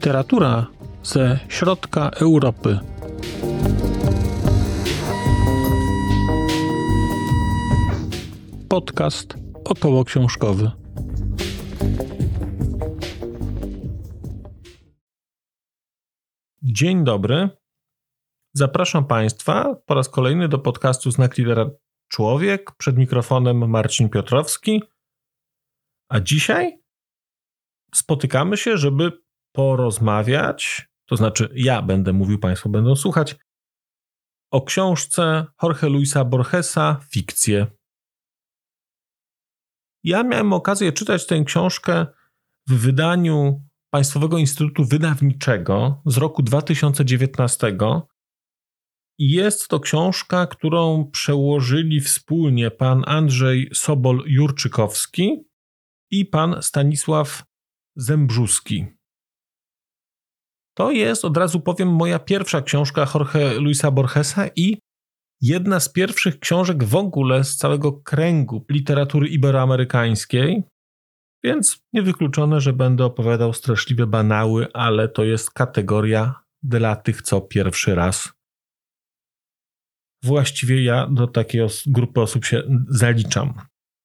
Literatura ze środka Europy. Podcast okołoksiążkowy. Dzień dobry. Zapraszam Państwa po raz kolejny do podcastu Znak Litera Człowiek. Przed mikrofonem Marcin Piotrowski. A dzisiaj spotykamy się, żeby porozmawiać, to znaczy ja będę mówił, Państwo będą słuchać, o książce Jorge Luisa Borgesa Fikcje. Ja miałem okazję czytać tę książkę w wydaniu Państwowego Instytutu Wydawniczego z roku 2019 i jest to książka, którą przełożyli wspólnie pan Andrzej Sobol-Jurczykowski i pan Stanisław Zembrzuski. To jest, od razu powiem, moja pierwsza książka Jorge Luisa Borgesa i jedna z pierwszych książek w ogóle z całego kręgu literatury iberoamerykańskiej, więc niewykluczone, że będę opowiadał straszliwe banały, ale to jest kategoria dla tych, co pierwszy raz. Właściwie ja do takiej grupy osób się zaliczam.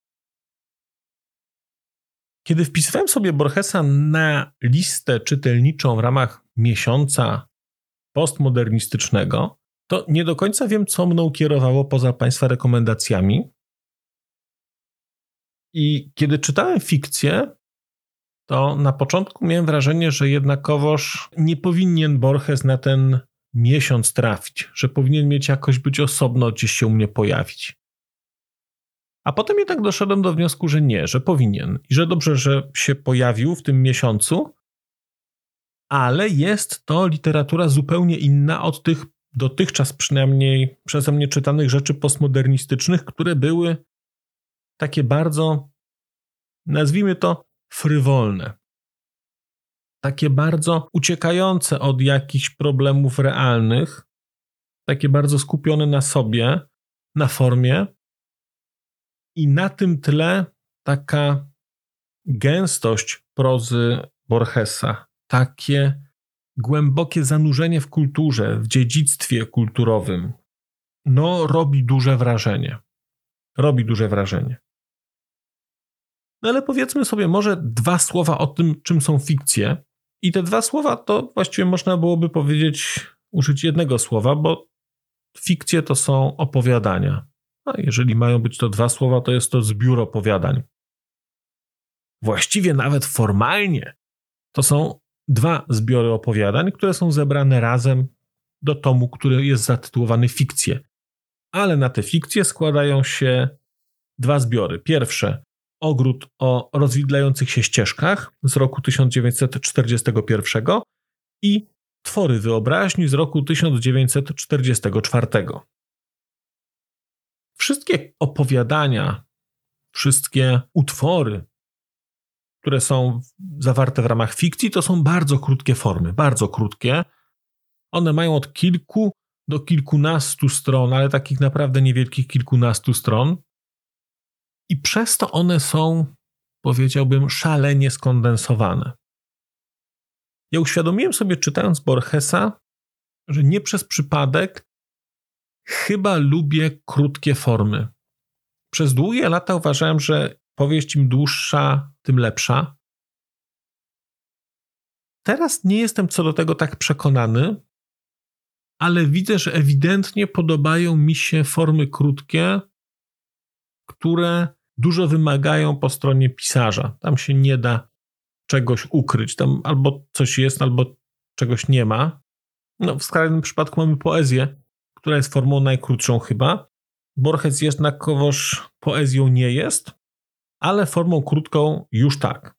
Kiedy wpisywałem sobie Borgesa na listę czytelniczą w ramach miesiąca postmodernistycznego, to nie do końca wiem, co mną kierowało poza Państwa rekomendacjami. I kiedy czytałem fikcję, to na początku miałem wrażenie, że jednakowoż nie powinien Borges na ten miesiąc trafić, że powinien mieć jakoś być osobno, gdzieś się u mnie pojawić. A potem jednak doszedłem do wniosku, że nie, że powinien i że dobrze, że się pojawił w tym miesiącu, ale jest to literatura zupełnie inna od tych dotychczas przynajmniej przeze mnie czytanych rzeczy postmodernistycznych, które były takie bardzo, nazwijmy to, frywolne. Takie bardzo uciekające od jakichś problemów realnych, takie bardzo skupione na sobie, na formie i na tym tle taka gęstość prozy Borgesa, takie głębokie zanurzenie w kulturze, w dziedzictwie kulturowym, robi duże wrażenie. Robi duże wrażenie. No ale powiedzmy sobie może dwa słowa o tym, czym są fikcje. I te dwa słowa to właściwie można byłoby powiedzieć, użyć jednego słowa, bo fikcje to są opowiadania. A jeżeli mają być to dwa słowa, to jest to zbiór opowiadań. Właściwie nawet formalnie to są dwa zbiory opowiadań, które są zebrane razem do tomu, który jest zatytułowany Fikcje. Ale na te fikcje składają się dwa zbiory. Pierwsze, Ogród o rozwidlających się ścieżkach z roku 1941 i Twory wyobraźni z roku 1944. Wszystkie opowiadania, wszystkie utwory, które są zawarte w ramach fikcji, to są bardzo krótkie formy, bardzo krótkie. One mają od kilku do kilkunastu stron, ale takich naprawdę niewielkich kilkunastu stron. I przez to one są, powiedziałbym, szalenie skondensowane. Ja uświadomiłem sobie, czytając Borgesa, że nie przez przypadek chyba lubię krótkie formy. Przez długie lata uważałem, że powieść im dłuższa, tym lepsza. Teraz nie jestem co do tego tak przekonany, ale widzę, że ewidentnie podobają mi się formy krótkie, które dużo wymagają po stronie pisarza. Tam się nie da czegoś ukryć. Tam albo coś jest, albo czegoś nie ma. W skrajnym przypadku mamy poezję, która jest formą najkrótszą chyba. Borges jednakowoż poezją nie jest, ale formą krótką już tak.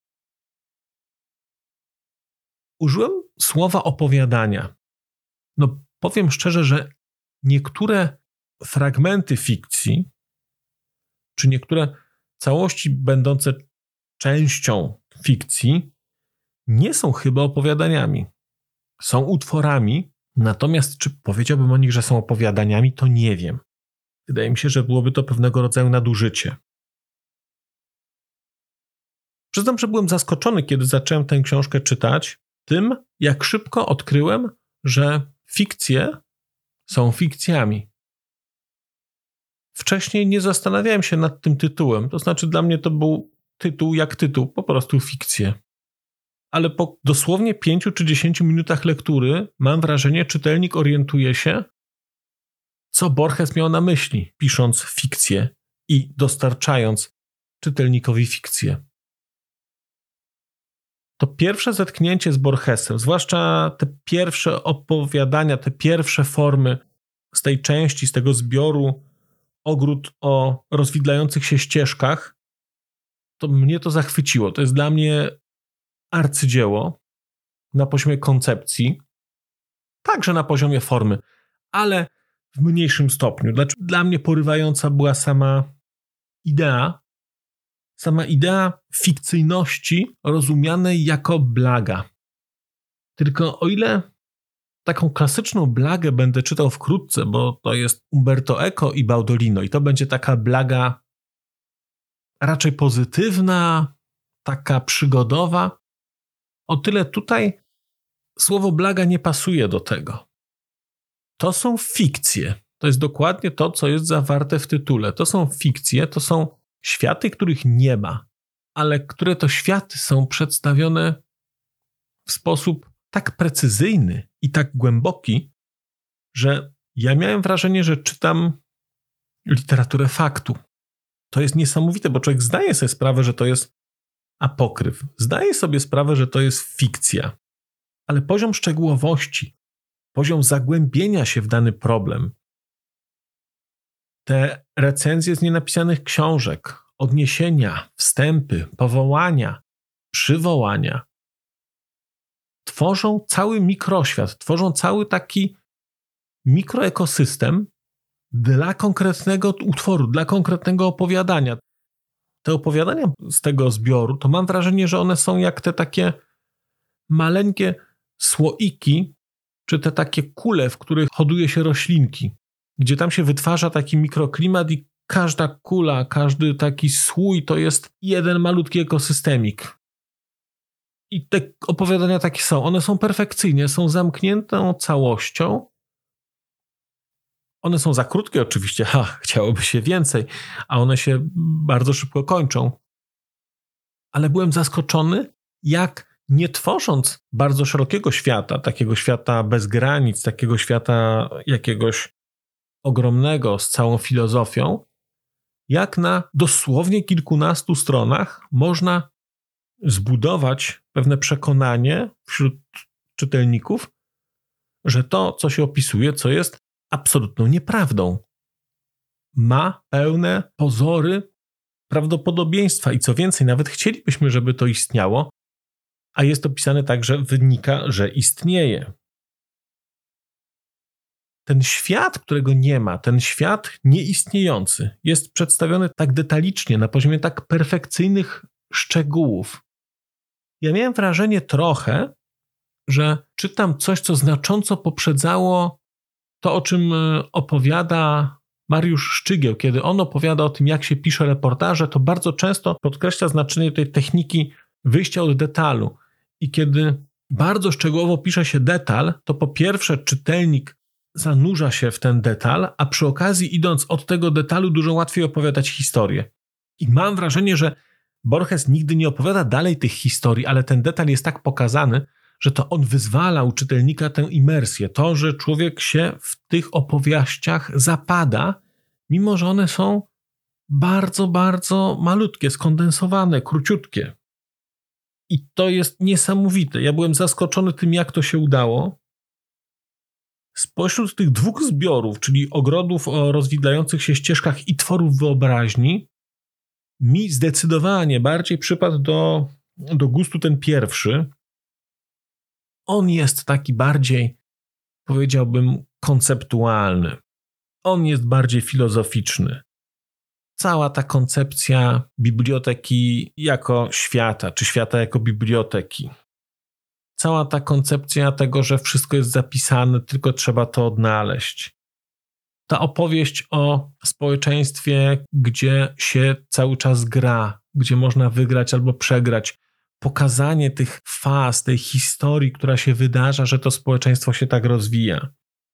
Użyłem słowa opowiadania. Powiem szczerze, że niektóre fragmenty fikcji, czy niektóre całości będące częścią fikcji, nie są chyba opowiadaniami. Są utworami, natomiast czy powiedziałbym o nich, że są opowiadaniami, to nie wiem. Wydaje mi się, że byłoby to pewnego rodzaju nadużycie. Przyznam, że byłem zaskoczony, kiedy zacząłem tę książkę czytać, tym, jak szybko odkryłem, że fikcje są fikcjami. Wcześniej nie zastanawiałem się nad tym tytułem, to znaczy dla mnie to był tytuł jak tytuł, po prostu fikcje. Ale po dosłownie 5 czy 10 minutach lektury mam wrażenie, czytelnik orientuje się, co Borges miał na myśli, pisząc fikcję i dostarczając czytelnikowi fikcję. To pierwsze zetknięcie z Borgesem, zwłaszcza te pierwsze opowiadania, te pierwsze formy z tej części, z tego zbioru Ogród o rozwidlających się ścieżkach, to mnie to zachwyciło. To jest dla mnie arcydzieło na poziomie koncepcji, także na poziomie formy, ale w mniejszym stopniu. Dla mnie porywająca była sama idea fikcyjności rozumianej jako blaga. Tylko o ile taką klasyczną blagę będę czytał wkrótce, bo to jest Umberto Eco i Baudolino i to będzie taka blaga raczej pozytywna, taka przygodowa, o tyle tutaj słowo blaga nie pasuje do tego. To są fikcje. To jest dokładnie to, co jest zawarte w tytule. To są fikcje, to są światy, których nie ma, ale które to światy są przedstawione w sposób tak precyzyjny i tak głęboki, że ja miałem wrażenie, że czytam literaturę faktu. To jest niesamowite, bo człowiek zdaje sobie sprawę, że to jest apokryf. Zdaje sobie sprawę, że to jest fikcja. Ale poziom szczegółowości, poziom zagłębienia się w dany problem, te recenzje z nienapisanych książek, odniesienia, wstępy, powołania, przywołania, tworzą cały mikroświat, tworzą cały taki mikroekosystem dla konkretnego utworu, dla konkretnego opowiadania. Te opowiadania z tego zbioru, to mam wrażenie, że one są jak te takie maleńkie słoiki, czy te takie kule, w których hoduje się roślinki, gdzie tam się wytwarza taki mikroklimat i każda kula, każdy taki słój to jest jeden malutki ekosystemik. I te opowiadania takie są. One są perfekcyjnie, są zamkniętą całością. One są za krótkie oczywiście, chciałoby się więcej, a one się bardzo szybko kończą. Ale byłem zaskoczony, jak nie tworząc bardzo szerokiego świata, takiego świata bez granic, takiego świata jakiegoś ogromnego z całą filozofią, jak na dosłownie kilkunastu stronach można zbudować pewne przekonanie wśród czytelników, że to, co się opisuje, co jest absolutną nieprawdą. Ma pełne pozory prawdopodobieństwa i co więcej, nawet chcielibyśmy, żeby to istniało, a jest opisane tak, że wynika, że istnieje. Ten świat, którego nie ma, ten świat nieistniejący jest przedstawiony tak detalicznie, na poziomie tak perfekcyjnych szczegółów. Ja miałem wrażenie trochę, że czytam coś, co znacząco poprzedzało to, o czym opowiada Mariusz Szczygieł. Kiedy on opowiada o tym, jak się pisze reportaże, to bardzo często podkreśla znaczenie tej techniki wyjścia od detalu. I kiedy bardzo szczegółowo pisze się detal, to po pierwsze czytelnik zanurza się w ten detal, a przy okazji idąc od tego detalu dużo łatwiej opowiadać historię. I mam wrażenie, że Borges nigdy nie opowiada dalej tych historii, ale ten detal jest tak pokazany, że to on wyzwala u czytelnika tę imersję. To, że człowiek się w tych opowieściach zapada, mimo że one są bardzo, bardzo malutkie, skondensowane, króciutkie. I to jest niesamowite. Ja byłem zaskoczony tym, jak to się udało. Spośród tych dwóch zbiorów, czyli ogrodów o rozwidlających się ścieżkach i tworów wyobraźni, mi zdecydowanie bardziej przypadł do gustu ten pierwszy. On jest taki bardziej, powiedziałbym, konceptualny. On jest bardziej filozoficzny. Cała ta koncepcja biblioteki jako świata, czy świata jako biblioteki. Cała ta koncepcja tego, że wszystko jest zapisane, tylko trzeba to odnaleźć. Ta opowieść o społeczeństwie, gdzie się cały czas gra, gdzie można wygrać albo przegrać. pokazanie tych faz, tej historii, która się wydarza, że to społeczeństwo się tak rozwija.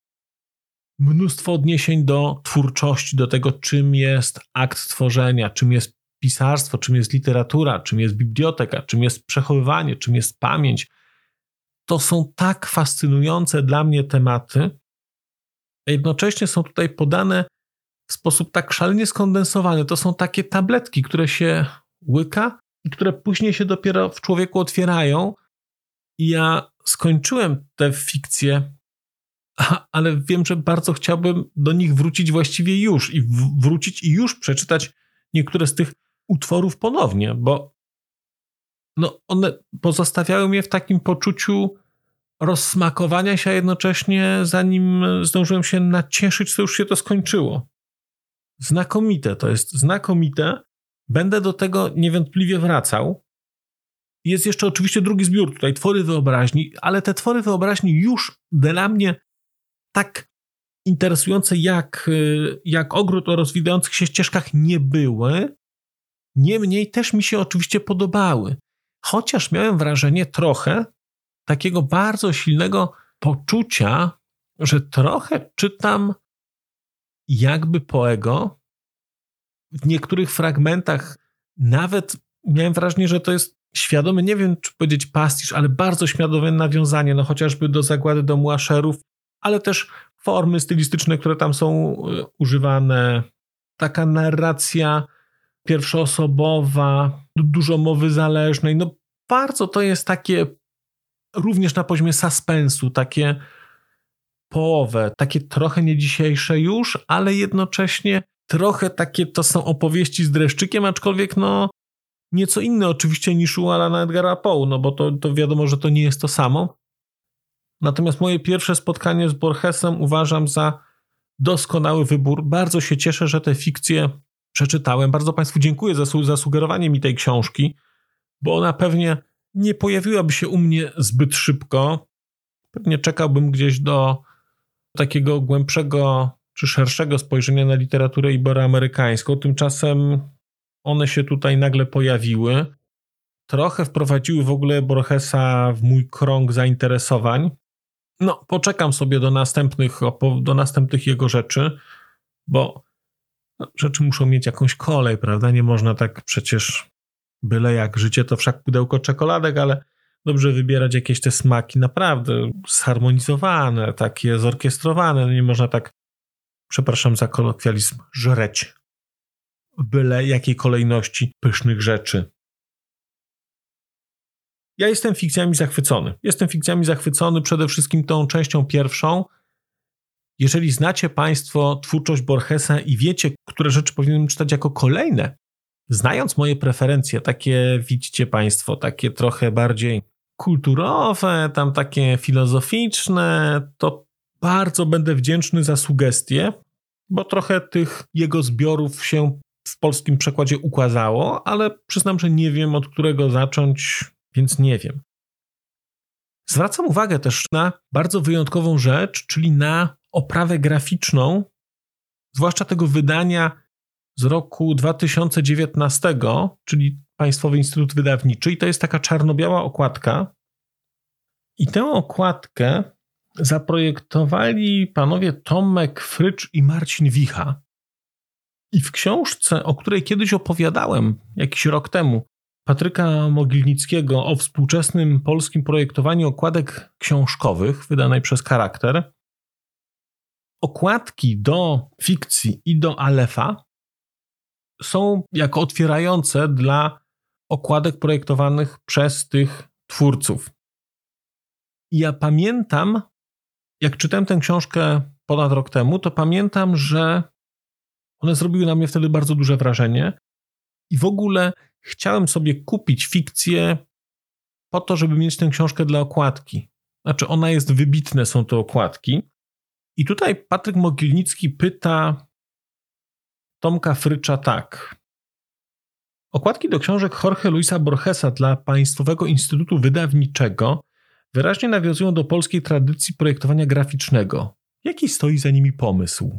Mnóstwo odniesień do twórczości, do tego, czym jest akt tworzenia, czym jest pisarstwo, czym jest literatura, czym jest biblioteka, czym jest przechowywanie, czym jest pamięć. To są tak fascynujące dla mnie tematy, a jednocześnie są tutaj podane w sposób tak szalenie skondensowany. To są takie tabletki, które się łyka i które później się dopiero w człowieku otwierają. I ja skończyłem tę fikcję, ale wiem, że bardzo chciałbym do nich wrócić właściwie już i wrócić i już przeczytać niektóre z tych utworów ponownie, bo one pozostawiały mnie w takim poczuciu rozsmakowania się, a jednocześnie zanim zdążyłem się nacieszyć, to już się to skończyło. Znakomite to jest, znakomite. Będę do tego niewątpliwie wracał. Jest jeszcze oczywiście drugi zbiór tutaj, Twory wyobraźni, ale te twory wyobraźni już dla mnie tak interesujące jak Ogród o rozwijających się ścieżkach nie były. Niemniej też mi się oczywiście podobały. Chociaż miałem wrażenie trochę takiego bardzo silnego poczucia, że trochę czytam jakby Poego. W niektórych fragmentach nawet miałem wrażenie, że to jest świadome, nie wiem czy powiedzieć pastisz, ale bardzo świadome nawiązanie, chociażby do Zagłady domu Asherów, ale też formy stylistyczne, które tam są używane. Taka narracja pierwszoosobowa, dużo mowy zależnej. Bardzo to jest takie również na poziomie suspensu, takie połowe, takie trochę nie dzisiejsze już, ale jednocześnie trochę takie to są opowieści z dreszczykiem, aczkolwiek nieco inne oczywiście niż u Allana Edgara Poe, bo to wiadomo, że to nie jest to samo. Natomiast moje pierwsze spotkanie z Borgesem uważam za doskonały wybór. Bardzo się cieszę, że tę fikcję przeczytałem. Bardzo Państwu dziękuję za sugerowanie mi tej książki, bo ona pewnie nie pojawiłaby się u mnie zbyt szybko. Pewnie czekałbym gdzieś do takiego głębszego czy szerszego spojrzenia na literaturę iberoamerykańską. Tymczasem one się tutaj nagle pojawiły. Trochę wprowadziły w ogóle Borgesa w mój krąg zainteresowań. Poczekam sobie do następnych jego rzeczy, bo rzeczy muszą mieć jakąś kolej, prawda? Nie można tak przecież byle jak. Życie to wszak pudełko czekoladek, ale dobrze wybierać jakieś te smaki naprawdę zharmonizowane, takie zorkiestrowane. Nie można tak, przepraszam za kolokwializm, żreć w byle jakiej kolejności pysznych rzeczy. Ja jestem fikcjami zachwycony. Jestem fikcjami zachwycony przede wszystkim tą częścią pierwszą. Jeżeli znacie Państwo twórczość Borgesa i wiecie, które rzeczy powinienem czytać jako kolejne, znając moje preferencje, takie widzicie Państwo, takie trochę bardziej kulturowe, tam takie filozoficzne, to bardzo będę wdzięczny za sugestie, bo trochę tych jego zbiorów się w polskim przekładzie ukazało, ale przyznam, że nie wiem, od którego zacząć, więc nie wiem. Zwracam uwagę też na bardzo wyjątkową rzecz, czyli na oprawę graficzną, zwłaszcza tego wydania z roku 2019, czyli Państwowy Instytut Wydawniczy, i to jest taka czarno-biała okładka. I tę okładkę zaprojektowali panowie Tomek Frycz i Marcin Wicha. I w książce, o której kiedyś opowiadałem jakiś rok temu, Patryka Mogilnickiego o współczesnym polskim projektowaniu okładek książkowych, wydanej przez Charakter, okładki do fikcji i do Alefa są jako otwierające dla okładek projektowanych przez tych twórców. I ja pamiętam, jak czytałem tę książkę ponad rok temu, to pamiętam, że one zrobiły na mnie wtedy bardzo duże wrażenie i w ogóle chciałem sobie kupić fikcję po to, żeby mieć tę książkę dla okładki. Znaczy ona jest wybitne, są to okładki. I tutaj Patryk Mogilnicki pyta Tomka Frycza tak. Okładki do książek Jorge Luisa Borgesa dla Państwowego Instytutu Wydawniczego wyraźnie nawiązują do polskiej tradycji projektowania graficznego. Jaki stoi za nimi pomysł?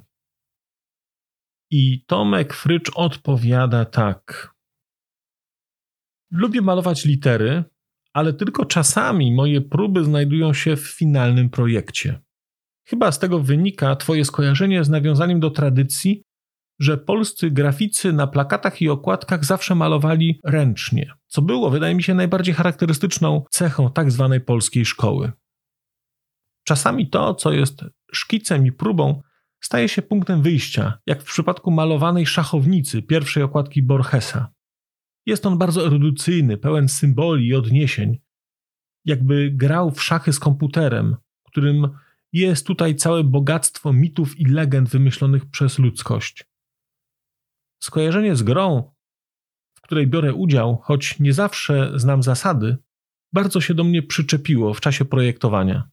I Tomek Frycz odpowiada tak. Lubię malować litery, ale tylko czasami moje próby znajdują się w finalnym projekcie. Chyba z tego wynika twoje skojarzenie z nawiązaniem do tradycji, że polscy graficy na plakatach i okładkach zawsze malowali ręcznie, co było, wydaje mi się, najbardziej charakterystyczną cechą tak zwanej polskiej szkoły. Czasami to, co jest szkicem i próbą, staje się punktem wyjścia, jak w przypadku malowanej Szachownicy pierwszej okładki Borgesa. Jest on bardzo erudycyjny, pełen symboli i odniesień, jakby grał w szachy z komputerem, którym jest tutaj całe bogactwo mitów i legend wymyślonych przez ludzkość. Skojarzenie z grą, w której biorę udział, choć nie zawsze znam zasady, bardzo się do mnie przyczepiło w czasie projektowania.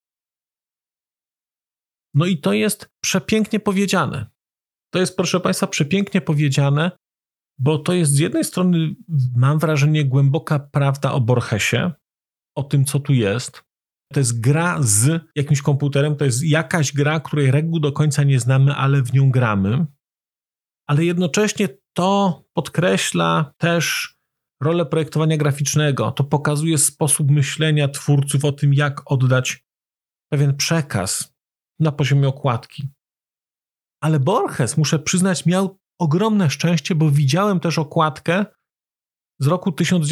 No i to jest przepięknie powiedziane. To jest, proszę Państwa, przepięknie powiedziane, bo to jest z jednej strony, mam wrażenie, głęboka prawda o Borgesie, o tym, co tu jest. To jest gra z jakimś komputerem, to jest jakaś gra, której reguł do końca nie znamy, ale w nią gramy. Ale jednocześnie to podkreśla też rolę projektowania graficznego. To pokazuje sposób myślenia twórców o tym, jak oddać pewien przekaz na poziomie okładki. Ale Borges, muszę przyznać, miał ogromne szczęście, bo widziałem też okładkę z roku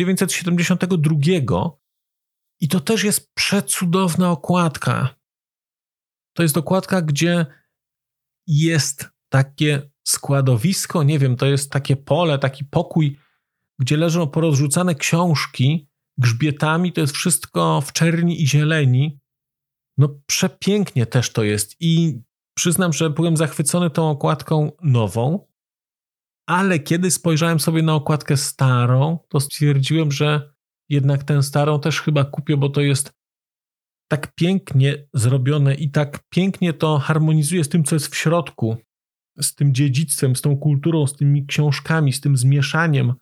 1972 i to też jest przecudowna okładka. To jest okładka, gdzie jest takie składowisko, nie wiem, to jest takie pole, taki pokój, gdzie leżą porozrzucane książki grzbietami, to jest wszystko w czerni i zieleni. No przepięknie też to jest i przyznam, że byłem zachwycony tą okładką nową, ale kiedy spojrzałem sobie na okładkę starą, to stwierdziłem, że jednak tę starą też chyba kupię, bo to jest tak pięknie zrobione i tak pięknie to harmonizuje z tym, co jest w środku, z tym dziedzictwem, z tą kulturą, z tymi książkami, z tym zmieszaniem,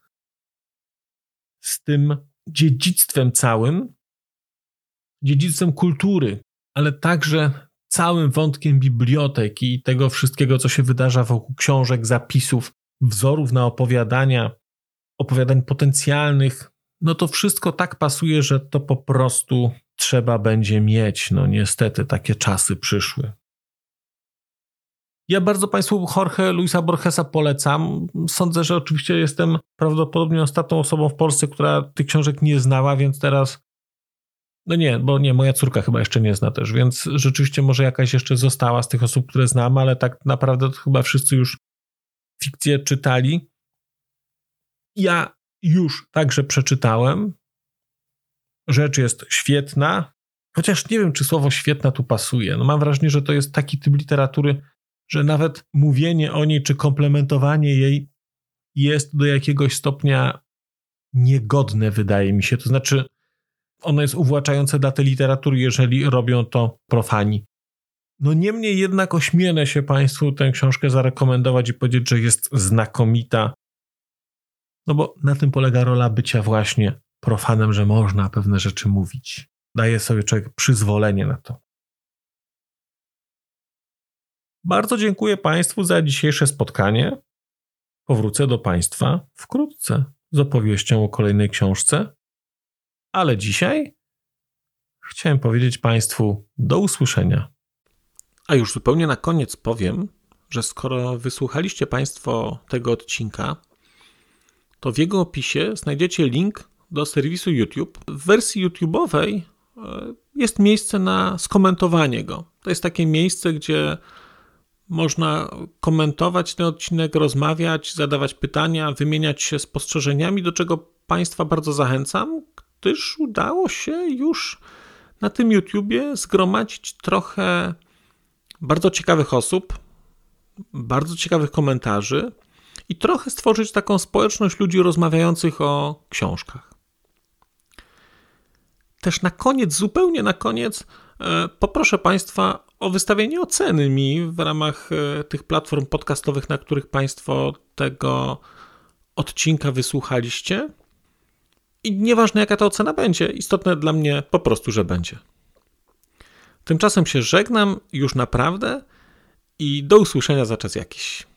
z tym dziedzictwem całym, dziedzictwem kultury, ale także całym wątkiem biblioteki i tego wszystkiego, co się wydarza wokół książek, zapisów, wzorów na opowiadań potencjalnych. No to wszystko tak pasuje, że to po prostu trzeba będzie mieć. No niestety takie czasy przyszły. Ja bardzo Państwu Jorge Luisa Borgesa polecam. Sądzę, że oczywiście jestem prawdopodobnie ostatnią osobą w Polsce, która tych książek nie znała, więc teraz no nie, bo nie, moja córka chyba jeszcze nie zna też, więc rzeczywiście może jakaś jeszcze została z tych osób, które znam, ale tak naprawdę to chyba wszyscy już fikcję czytali. Ja już także przeczytałem. Rzecz jest świetna, chociaż nie wiem, czy słowo świetna tu pasuje. No mam wrażenie, że to jest taki typ literatury, że nawet mówienie o niej czy komplementowanie jej jest do jakiegoś stopnia niegodne, wydaje mi się. To znaczy ono jest uwłaczające dla tej literatury, jeżeli robią to profani. No niemniej jednak ośmielę się Państwu tę książkę zarekomendować i powiedzieć, że jest znakomita. No bo na tym polega rola bycia właśnie profanem, że można pewne rzeczy mówić. Daje sobie człowiek przyzwolenie na to. Bardzo dziękuję Państwu za dzisiejsze spotkanie. Powrócę do Państwa wkrótce z opowieścią o kolejnej książce. Ale dzisiaj chciałem powiedzieć Państwu do usłyszenia. A już zupełnie na koniec powiem, że skoro wysłuchaliście Państwo tego odcinka, to w jego opisie znajdziecie link do serwisu YouTube. W wersji YouTube'owej jest miejsce na skomentowanie go. To jest takie miejsce, gdzie można komentować ten odcinek, rozmawiać, zadawać pytania, wymieniać się spostrzeżeniami, do czego Państwa bardzo zachęcam, gdyż udało się już na tym YouTubie zgromadzić trochę bardzo ciekawych osób, bardzo ciekawych komentarzy i trochę stworzyć taką społeczność ludzi rozmawiających o książkach. Też na koniec, zupełnie na koniec, poproszę Państwa o wystawienie oceny mi w ramach tych platform podcastowych, na których Państwo tego odcinka wysłuchaliście. I nieważne jaka ta ocena będzie, istotne dla mnie po prostu, że będzie. Tymczasem się żegnam już naprawdę i do usłyszenia za czas jakiś.